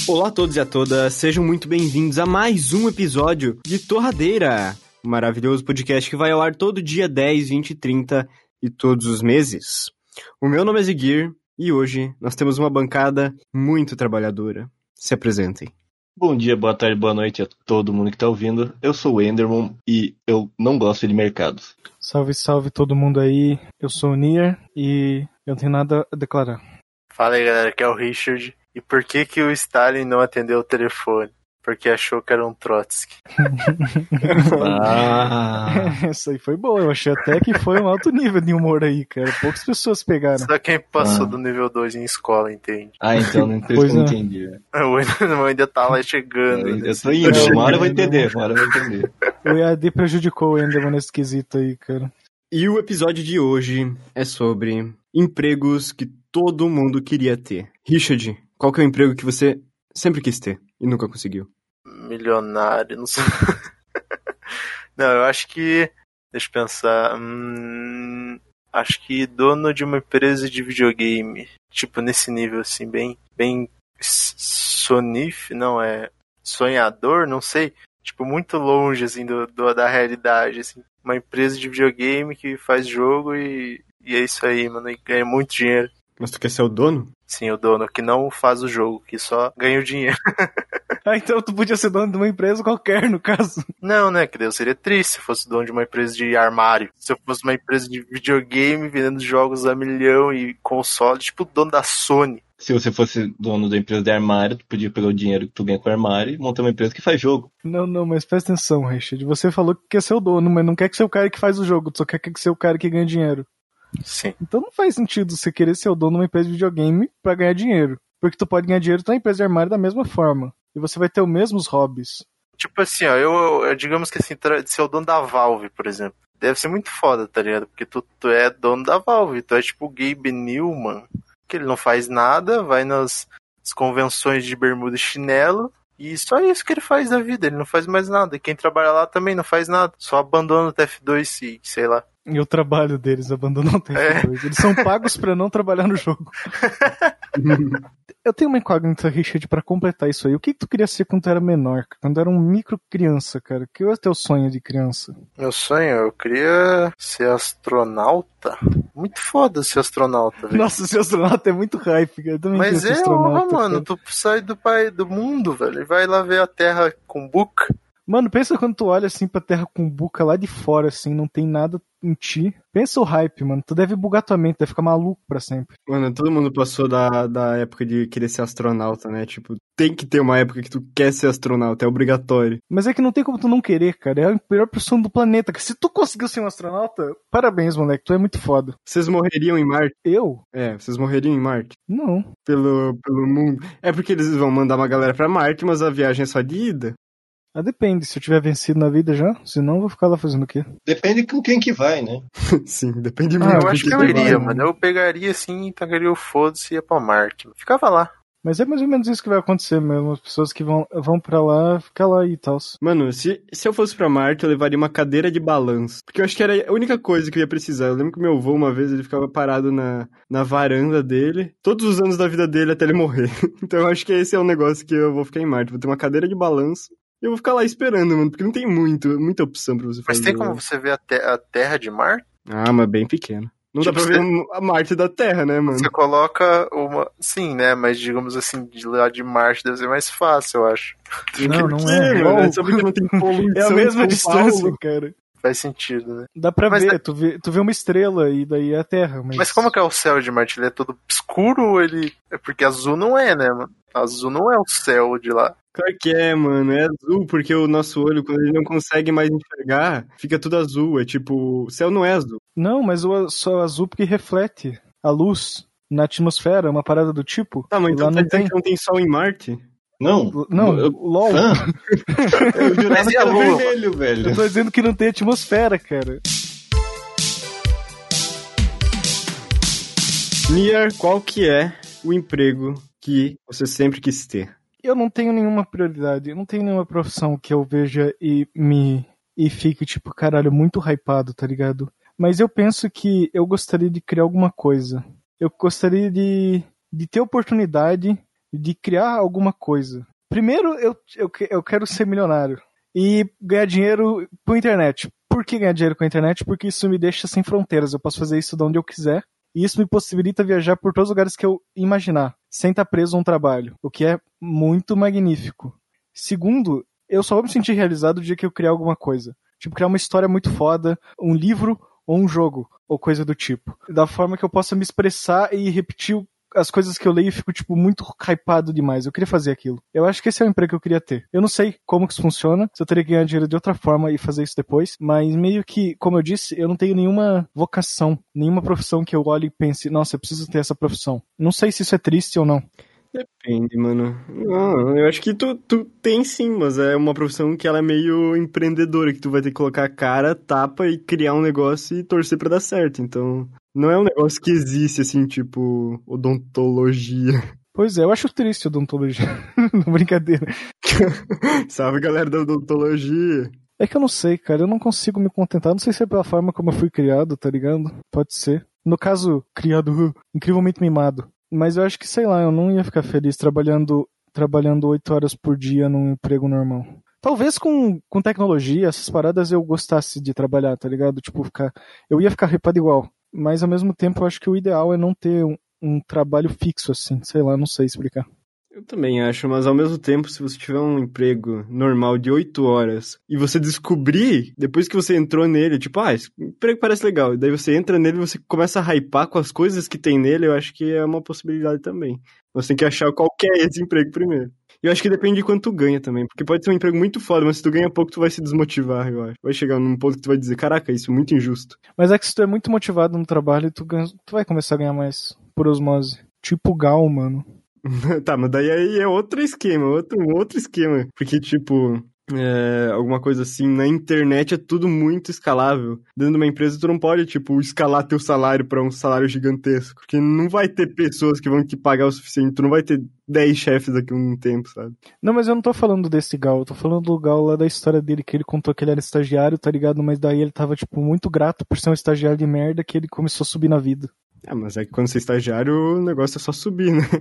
Olá a todos e a todas, sejam muito bem-vindos a mais um episódio de Torradeira, um maravilhoso podcast que vai ao ar todo dia 10, 20 e 30 e todos os meses. O meu nome é Ziguir e hoje nós temos uma bancada muito trabalhadora. Se apresentem. Bom dia, boa tarde, boa noite a todo mundo que tá ouvindo. Eu sou o Enderman e eu não gosto de mercados. Salve, salve todo mundo aí. Eu sou o Nier e eu não tenho nada a declarar. Fala aí, galera, aqui é o Richard. E por que o Stalin não atendeu o telefone? Porque achou que era um Trotsky. Essa aí foi boa. Eu achei até que foi um alto nível de humor aí, cara. Poucas pessoas pegaram. Só quem passou do nível 2 em escola entende. Então não entendi. O Enderman ainda tá lá chegando. Eu tô indo, uma hora eu vou entender, O EAD prejudicou o Enderman nesse quesito aí, cara. E o episódio de hoje é sobre empregos que todo mundo queria ter. Richard, qual que é o emprego que você sempre quis ter e nunca conseguiu? Milionário, não sei. Não, eu acho que... Deixa eu pensar. Acho que dono de uma empresa de videogame. Tipo, nesse nível, assim, bem sonif, não é... Sonhador, não sei. Tipo, muito longe, assim, da realidade, assim. Uma empresa de videogame que faz jogo e é isso aí, mano. E ganha muito dinheiro. Mas tu quer ser o dono? Sim, o dono que não faz o jogo, que só ganha o dinheiro. Então tu podia ser dono de uma empresa qualquer, no caso. Não, né? Que daí eu seria triste se fosse dono de uma empresa de armário. Se eu fosse uma empresa de videogame vendendo jogos a milhão e console, tipo o dono da Sony. Se você fosse dono da empresa de armário, tu podia pegar o dinheiro que tu ganha com o armário e montar uma empresa que faz jogo. Não, mas presta atenção, Richard. Você falou que quer ser o dono, mas não quer que ser o cara que faz o jogo, tu só quer ser o cara que ganha dinheiro. Sim. Então não faz sentido você querer ser o dono de uma empresa de videogame pra ganhar dinheiro. Porque tu pode ganhar dinheiro na empresa de armário da mesma forma. E você vai ter os mesmos hobbies. Tipo assim, ó, eu digamos que assim, ser o dono da Valve, por exemplo. Deve ser muito foda, tá ligado? Porque tu é dono da Valve, tu é tipo o Gabe Newman, que ele não faz nada, vai nas convenções de bermuda e chinelo, e só isso que ele faz da vida, ele não faz mais nada. E quem trabalha lá também não faz nada, só abandona o TF2 e sei lá. E o trabalho deles, abandonou o TF2. Eles são pagos pra não trabalhar no jogo. Eu tenho uma incógnita, Richard, pra completar isso aí. O que tu queria ser quando tu era menor? Quando era um micro criança, cara? O que é o teu sonho de criança? Meu sonho? Eu queria ser astronauta. Muito foda ser astronauta, velho. Nossa, ser astronauta é muito hype, cara. Eu também Mas queria ser astronauta, mano, tu sai do mundo, velho, e vai lá ver a Terra com buca. Mano, pensa quando tu olha assim pra Terra com buca lá de fora, assim, não tem nada em ti. Pensa o hype, mano. Tu deve bugar tua mente, deve ficar maluco pra sempre. Mano, todo mundo passou da época de querer ser astronauta, né? Tipo, tem que ter uma época que tu quer ser astronauta, é obrigatório. Mas é que não tem como tu não querer, cara. É a melhor pessoa do planeta. Se tu conseguiu ser um astronauta, parabéns, moleque. Tu é muito foda. Vocês morreriam em Marte? Eu? É, vocês morreriam em Marte? Não. Pelo mundo. É porque eles vão mandar uma galera pra Marte, mas a viagem é só de ida. Ah, depende, se eu tiver vencido na vida já, senão eu vou ficar lá fazendo o quê? Depende com quem que vai, né? Sim, depende muito. Eu acho que eu iria, mano. Eu pegaria assim, tacaria o foda-se e ia pra Marte. Ficava lá. Mas é mais ou menos isso que vai acontecer mesmo. As pessoas que vão pra lá, ficar lá e tal. Mano, se eu fosse pra Marte, eu levaria uma cadeira de balanço. Porque eu acho que era a única coisa que eu ia precisar. Eu lembro que meu avô, uma vez, ele ficava parado na varanda dele, todos os anos da vida dele até ele morrer. Então eu acho que esse é um negócio que eu vou ficar em Marte. Vou ter uma cadeira de balanço. E eu vou ficar lá esperando, mano, porque não tem muita opção pra você fazer. Mas tem como você ver a Terra de Marte? Ah, mas bem pequeno. Não Tipo, dá pra ver a Marte da Terra, né, mano? Você coloca uma... Sim, né? Mas digamos assim, de lá de Marte deve ser mais fácil, eu acho. Não é, mano. É só porque não tem poluição. É a mesma distância, Paulo, cara. Faz sentido, né? Dá pra ver, tu vê uma estrela e daí é a Terra. Mas como que é o céu de Marte? Ele é todo escuro ou ele... É porque azul não é, né, mano? Azul não é o céu de lá. Claro que é, mano. É azul porque o nosso olho, quando ele não consegue mais enxergar, fica tudo azul. É tipo, o céu não é azul. Não, mas só é azul porque reflete a luz na atmosfera, uma parada do tipo. Tá, mas então lá não tem que não tem sol em Marte? Não, LOL. Eu jurava que era vermelho, velho. Eu tô dizendo que não tem atmosfera, cara. Nier, qual que é o emprego que você sempre quis ter? Eu não tenho nenhuma prioridade, eu não tenho nenhuma profissão que eu veja e fique, tipo, caralho, muito hypado, tá ligado? Mas eu penso que eu gostaria de criar alguma coisa. Eu gostaria de ter oportunidade de criar alguma coisa. Primeiro, eu quero ser milionário e ganhar dinheiro com a internet. Por que ganhar dinheiro com a internet? Porque isso me deixa sem fronteiras. Eu posso fazer isso de onde eu quiser. E isso me possibilita viajar por todos os lugares que eu imaginar, sem estar preso a um trabalho, o que é muito magnífico. Segundo, eu só vou me sentir realizado o dia que eu criar alguma coisa. Tipo, criar uma história muito foda, um livro ou um jogo, ou coisa do tipo. Da forma que eu possa me expressar e repetir as coisas que eu leio e fico, tipo, muito hypado demais. Eu queria fazer aquilo. Eu acho que esse é o emprego que eu queria ter. Eu não sei como que isso funciona, se eu teria que ganhar dinheiro de outra forma e fazer isso depois, mas meio que, como eu disse, eu não tenho nenhuma vocação, nenhuma profissão que eu olhe e pense, nossa, eu preciso ter essa profissão. Não sei se isso é triste ou não. Depende, mano. Não, eu acho que tu tem sim, mas é uma profissão que ela é meio empreendedora, que tu vai ter que colocar a cara, tapa e criar um negócio e torcer pra dar certo. Então, não é um negócio que existe, assim, tipo, odontologia. Pois é, eu acho triste a odontologia. Brincadeira. Salve, galera da odontologia. É que eu não sei, cara, eu não consigo me contentar. Não sei se é pela forma como eu fui criado, tá ligado? Pode ser. No caso, criado incrivelmente mimado. Mas eu acho que, sei lá, eu não ia ficar feliz trabalhando 8 horas por dia num emprego normal. Talvez com tecnologia, essas paradas eu gostasse de trabalhar, tá ligado? Tipo, eu ia ficar hypado igual. Mas ao mesmo tempo eu acho que o ideal é não ter um trabalho fixo, assim. Sei lá, não sei explicar. Eu também acho, mas ao mesmo tempo, se você tiver um emprego normal de 8 horas e você descobrir, depois que você entrou nele, tipo, esse emprego parece legal, e daí você entra nele e você começa a hypar com as coisas que tem nele, eu acho que é uma possibilidade também. Você tem que achar qual que é esse emprego primeiro. E eu acho que depende de quanto tu ganha também, porque pode ser um emprego muito foda, mas se tu ganha pouco, tu vai se desmotivar, eu acho. Vai chegar num ponto que tu vai dizer, caraca, isso é muito injusto. Mas é que se tu é muito motivado no trabalho, tu vai começar a ganhar mais por osmose. Tipo Gal, mano. Tá, mas daí aí é outro esquema, outro esquema. Porque, tipo, alguma coisa assim, na internet é tudo muito escalável. Dentro de uma empresa tu não pode, tipo, escalar teu salário pra um salário gigantesco. Porque não vai ter pessoas que vão te pagar o suficiente, tu não vai ter 10 chefes daqui a um tempo, sabe? Não, mas eu não tô falando desse Gal, eu tô falando do Gal lá da história dele, que ele contou que ele era estagiário, tá ligado? Mas daí ele tava, tipo, muito grato por ser um estagiário de merda que ele começou a subir na vida. Ah, mas é que quando você é estagiário, o negócio é só subir, né?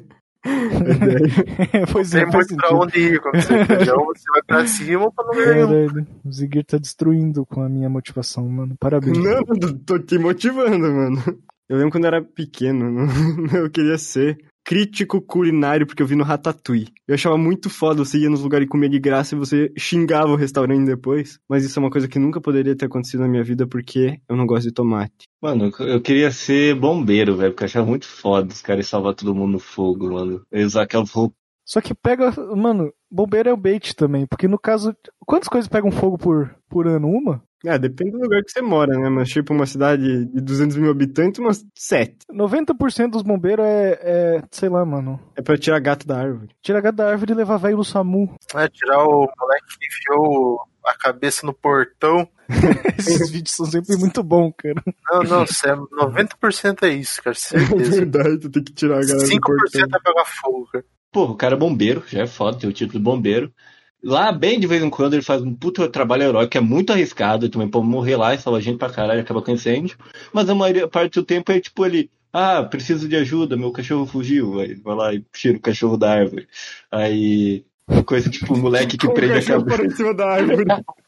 Pois tem muito pra onde ir. Quando você é você vai pra cima ou pra não ganhar nenhum. O Ziguir tá destruindo com a minha motivação, mano. Parabéns. Não, tô te motivando, mano. Eu lembro quando eu era pequeno, eu queria ser crítico culinário, porque eu vi no Ratatouille. Eu achava muito foda, você ia nos lugares e comia de graça e você xingava o restaurante depois. Mas isso é uma coisa que nunca poderia ter acontecido na minha vida, porque eu não gosto de tomate. Mano, eu queria ser bombeiro, velho, porque eu achava muito foda os caras salvar todo mundo no fogo, mano. Eu usar aquela roupa. Só que pega, mano, bombeiro é o bait também, porque no caso, quantas coisas pegam fogo por ano? Uma? Depende do lugar que você mora, né? Mas tipo, uma cidade de 200 mil habitantes, umas 7. 90% dos bombeiros sei lá, mano. É pra tirar gato da árvore. Tirar gato da árvore e levar velho no SAMU. Tirar o moleque que enfiou a cabeça no portão. Esses vídeos são sempre muito bons, cara. Não, 90% é isso, cara, É certeza. verdade, tu tem que tirar a galera do portão. 5% é pegar fogo, cara. Pô, o cara é bombeiro, já é foda, tem o título de bombeiro. Lá, bem de vez em quando, ele faz um puto trabalho heróico, que é muito arriscado, ele também pode morrer lá e salva gente pra caralho, acaba com incêndio. Mas a maior parte do tempo é tipo ele, preciso de ajuda, meu cachorro fugiu. Aí vai lá e tira o cachorro da árvore. Aí, uma coisa tipo o moleque que prende a cabeça. Para em cima da árvore.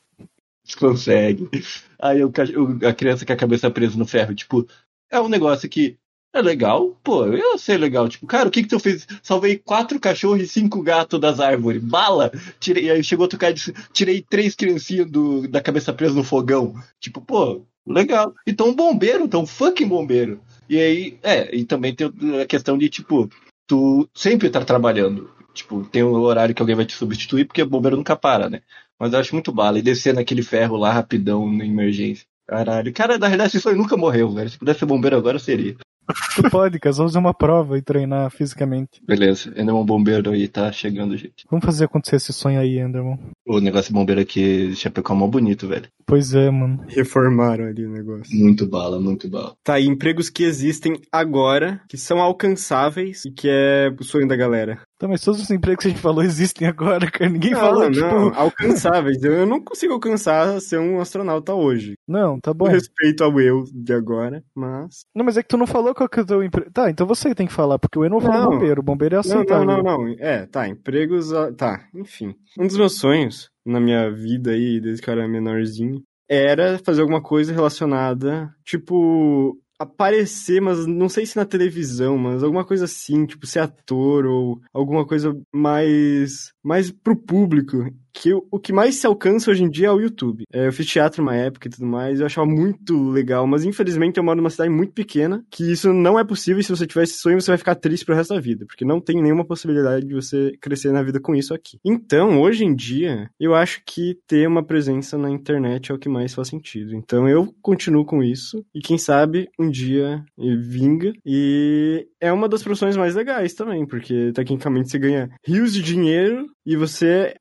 Consegue. Aí a criança com a cabeça presa no ferro, tipo, é um negócio que é legal, pô, eu sei legal. Tipo, cara, o que tu fez? Salvei 4 cachorros e 5 gatos das árvores. Bala! Aí chegou outro cara e disse, tirei 3 criancinhas da cabeça presa no fogão. Tipo, pô, legal. Então um bombeiro, então um fucking bombeiro. E aí, e também tem a questão de, tipo, tu sempre tá trabalhando. Tipo, tem um horário que alguém vai te substituir, porque o bombeiro nunca para, né? Mas eu acho muito bala. E descer naquele ferro lá rapidão, na emergência. Caralho. Cara, na realidade, esse sonho nunca morreu, velho. Se pudesse ser bombeiro agora, seria. Tu pode, cara, só fazer uma prova e treinar fisicamente. Beleza, Enderman Bombeiro aí tá chegando, gente. Vamos fazer acontecer esse sonho aí, Enderman. O negócio de bombeiro aqui de Chapecó é mó bonito, velho. Pois é, mano. Reformaram ali o negócio. Muito bala, muito bala. Tá, e empregos que existem agora, que são alcançáveis e que é o sonho da galera. Tá, mas todos os empregos que a gente falou existem agora, cara. Ninguém Não, falou, não, tipo... alcançáveis. Eu não consigo alcançar ser um astronauta hoje. Não, tá bom. Com respeito ao eu de agora, mas... Não, mas é que tu não falou qual que é o teu emprego. Tá, então você tem que falar, porque o Eno falou bombeiro. O bombeiro é aceitável. Não. Tá, empregos... Tá, enfim. Um dos meus sonhos na minha vida aí, desde que eu era menorzinho, era fazer alguma coisa relacionada, tipo... aparecer, mas não sei se na televisão, mas alguma coisa assim, tipo ser ator ou alguma coisa mais pro público, que o que mais se alcança hoje em dia é o YouTube. Eu fiz teatro uma época e tudo mais, eu achava muito legal, mas infelizmente eu moro numa cidade muito pequena, que isso não é possível, e se você tiver esse sonho, você vai ficar triste pro resto da vida, porque não tem nenhuma possibilidade de você crescer na vida com isso aqui. Então, hoje em dia, eu acho que ter uma presença na internet é o que mais faz sentido. Então, eu continuo com isso, e quem sabe, um dia vinga, e é uma das profissões mais legais também, porque tecnicamente você ganha rios de dinheiro, e você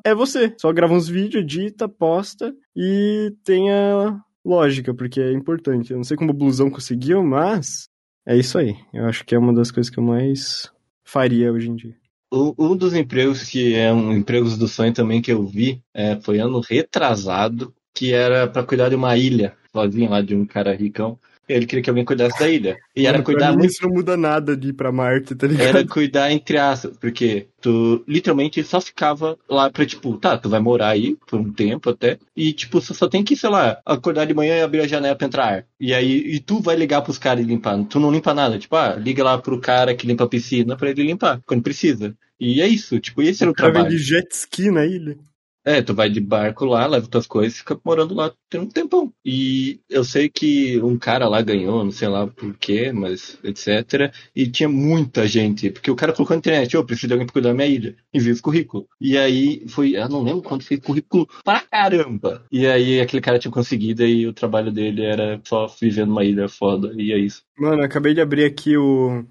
só grava uns vídeos, edita, posta, e tenha lógica, porque é importante. Eu não sei como o Blusão conseguiu, mas é isso aí. Eu acho que é uma das coisas que eu mais faria hoje em dia. Um dos empregos que é um empregos do sonho também que eu vi foi ano retrasado, que era pra cuidar de uma ilha, sozinho lá de um cara ricão. Ele queria que alguém cuidasse da ilha. E era cuidar pra mim, muito. isso não muda nada de ir pra Marte, tá ligado? Era cuidar entre aspas, porque tu literalmente só ficava lá pra, tipo, tá, tu vai morar aí por um tempo até, e tipo, só tem que, sei lá, acordar de manhã e abrir a janela pra entrar ar. E tu vai ligar pros caras e limpar. Tu não limpa nada, tipo, liga lá pro cara que limpa a piscina pra ele limpar, quando precisa. E é isso, tipo, esse era o trabalho. de jet ski na ilha. Tu vai de barco lá, leva tuas coisas e fica morando lá tem um tempão. E eu sei que um cara lá ganhou, não sei lá por quê, mas etc. E tinha muita gente, porque o cara colocou na internet, eu preciso de alguém pra cuidar da minha ilha. Envia esse currículo. E aí eu não lembro quando fez currículo pra caramba. E aí aquele cara tinha conseguido e o trabalho dele era só viver numa ilha foda. E é isso. Mano, eu acabei de abrir aqui o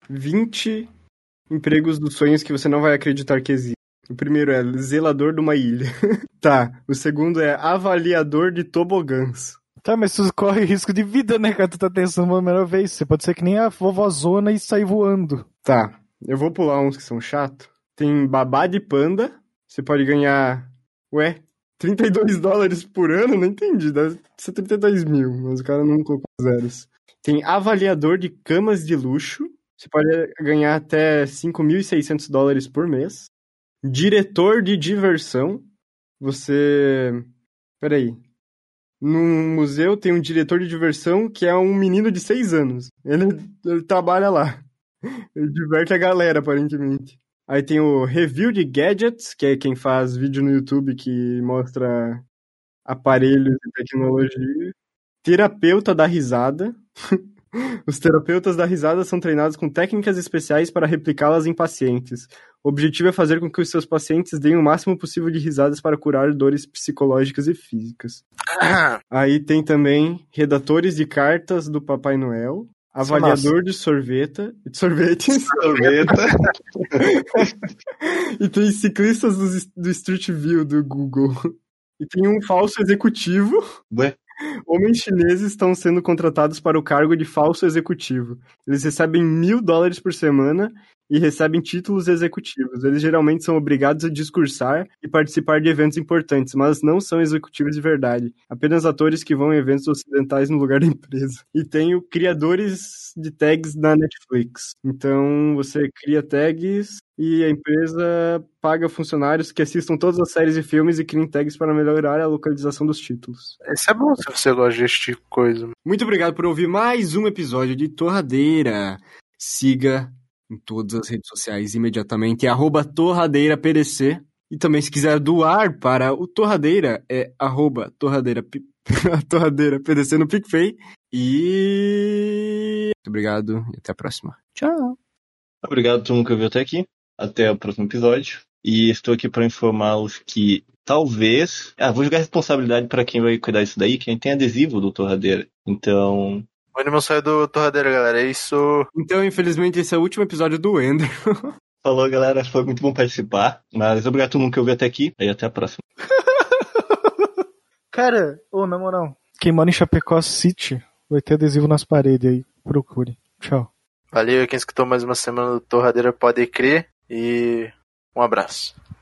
20 empregos dos sonhos que você não vai acreditar que existem. O primeiro é zelador de uma ilha. Tá. O segundo é avaliador de tobogãs. Tá, mas tu corre risco de vida, né, cara? Tu tá testando uma primeira vez. Você pode ser que nem a vovózona e sair voando. Tá. Eu vou pular uns que são chatos. Tem babá de panda. Você pode ganhar... $32 por ano? Não entendi. Deve ser 32 mil, mas o cara não colocou zeros. Tem avaliador de camas de luxo. Você pode ganhar até $5.600 por mês. Diretor de diversão. Peraí. Num museu tem um diretor de diversão que é um menino de 6 anos. Ele trabalha lá. Ele diverte a galera, aparentemente. Aí tem o review de gadgets, que é quem faz vídeo no YouTube que mostra aparelhos e tecnologia. Terapeuta da risada. Os terapeutas da risada são treinados com técnicas especiais para replicá-las em pacientes. O objetivo é fazer com que os seus pacientes deem o máximo possível de risadas para curar dores psicológicas e físicas. Aí tem também redatores de cartas do Papai Noel, avaliador de sorvetes. E tem ciclistas do Street View do Google. E tem um falso executivo. Ué? Homens chineses estão sendo contratados para o cargo de falso executivo. Eles recebem $1.000 por semana e recebem títulos executivos. Eles geralmente são obrigados a discursar e participar de eventos importantes, mas não são executivos de verdade. Apenas atores que vão em eventos ocidentais no lugar da empresa. E tem o criadores de tags na Netflix. Então, você cria tags e a empresa paga funcionários que assistam todas as séries e filmes e criem tags para melhorar a localização dos títulos. Isso é bom se você gosta desse tipo de coisa. Muito obrigado por ouvir mais um episódio de Torradeira. Siga em todas as redes sociais imediatamente, @torradeirapdc. E também, se quiser doar para o Torradeira, é @torradeirapdc no PicPay. E muito obrigado e até a próxima. Tchau. Obrigado a todo mundo que ouviu até aqui. Até o próximo episódio. E estou aqui para informá-los que talvez... vou jogar a responsabilidade para quem vai cuidar disso daí, quem tem adesivo do Torradeira. Então... O aniversário do Torradeira, galera, é isso. Então, infelizmente, esse é o último episódio do Ender. Falou, galera. Foi muito bom participar. Mas obrigado a todo mundo que ouviu até aqui. E até a próxima. Cara, na moral, quem mora em Chapecó City vai ter adesivo nas paredes aí. Procure. Tchau. Valeu, quem escutou mais uma semana do Torradeira pode crer. E um abraço.